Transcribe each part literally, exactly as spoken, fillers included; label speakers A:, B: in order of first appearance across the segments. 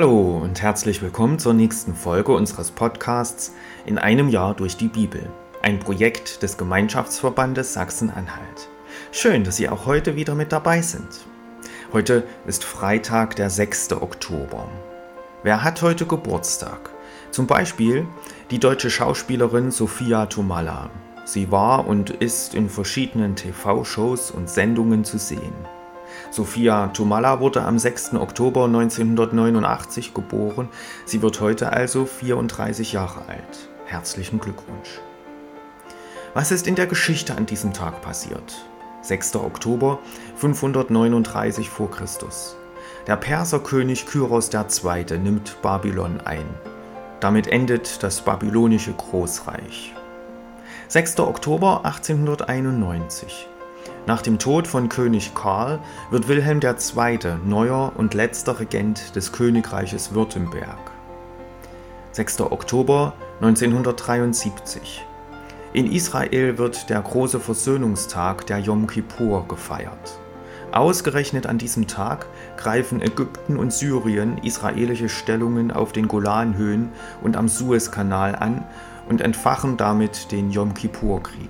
A: Hallo und herzlich willkommen zur nächsten Folge unseres Podcasts In einem Jahr durch die Bibel, ein Projekt des Gemeinschaftsverbandes Sachsen-Anhalt. Schön, dass Sie auch heute wieder mit dabei sind. Heute ist Freitag, der sechster Oktober. Wer hat heute Geburtstag? Zum Beispiel die deutsche Schauspielerin Sophia Tomalla. Sie war und ist in verschiedenen T V-Shows und Sendungen zu sehen. Sophia Tomalla wurde am sechster Oktober neunzehnhundertneunundachtzig geboren. Sie wird heute also vierunddreißig Jahre alt. Herzlichen Glückwunsch. Was ist in der Geschichte an diesem Tag passiert? sechster Oktober fünfhundertneununddreißig vor Christus. Der Perserkönig Kyros der Zweite nimmt Babylon ein. Damit endet das babylonische Großreich. sechster Oktober achtzehnhunderteinundneunzig. Nach dem Tod von König Karl wird Wilhelm der Zweite neuer und letzter Regent des Königreiches Württemberg. sechster Oktober neunzehnhundertdreiundsiebzig. In Israel wird der große Versöhnungstag, der Jom Kippur, gefeiert. Ausgerechnet an diesem Tag greifen Ägypten und Syrien israelische Stellungen auf den Golanhöhen und am Suezkanal an und entfachen damit den Jom Kippur-Krieg.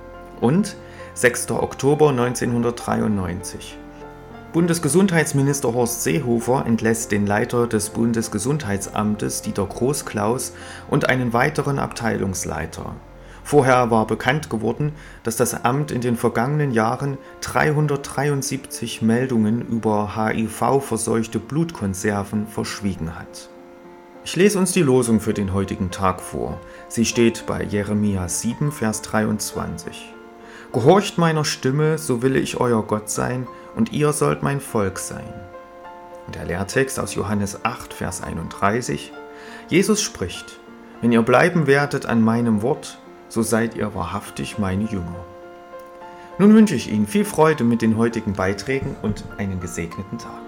A: Und sechster Oktober neunzehnhundertdreiundneunzig. Bundesgesundheitsminister Horst Seehofer entlässt den Leiter des Bundesgesundheitsamtes Dieter Groß-Klaus und einen weiteren Abteilungsleiter. Vorher war bekannt geworden, dass das Amt in den vergangenen Jahren dreihundertdreiundsiebzig Meldungen über H I V-verseuchte Blutkonserven verschwiegen hat. Ich lese uns die Losung für den heutigen Tag vor. Sie steht bei Jeremia sieben, Vers dreiundzwanzig. Gehorcht meiner Stimme, so will ich euer Gott sein, und ihr sollt mein Volk sein. Und der Lehrtext aus Johannes acht, Vers einunddreißig. Jesus spricht, wenn ihr bleiben werdet an meinem Wort, so seid ihr wahrhaftig meine Jünger. Nun wünsche ich Ihnen viel Freude mit den heutigen Beiträgen und einen gesegneten Tag.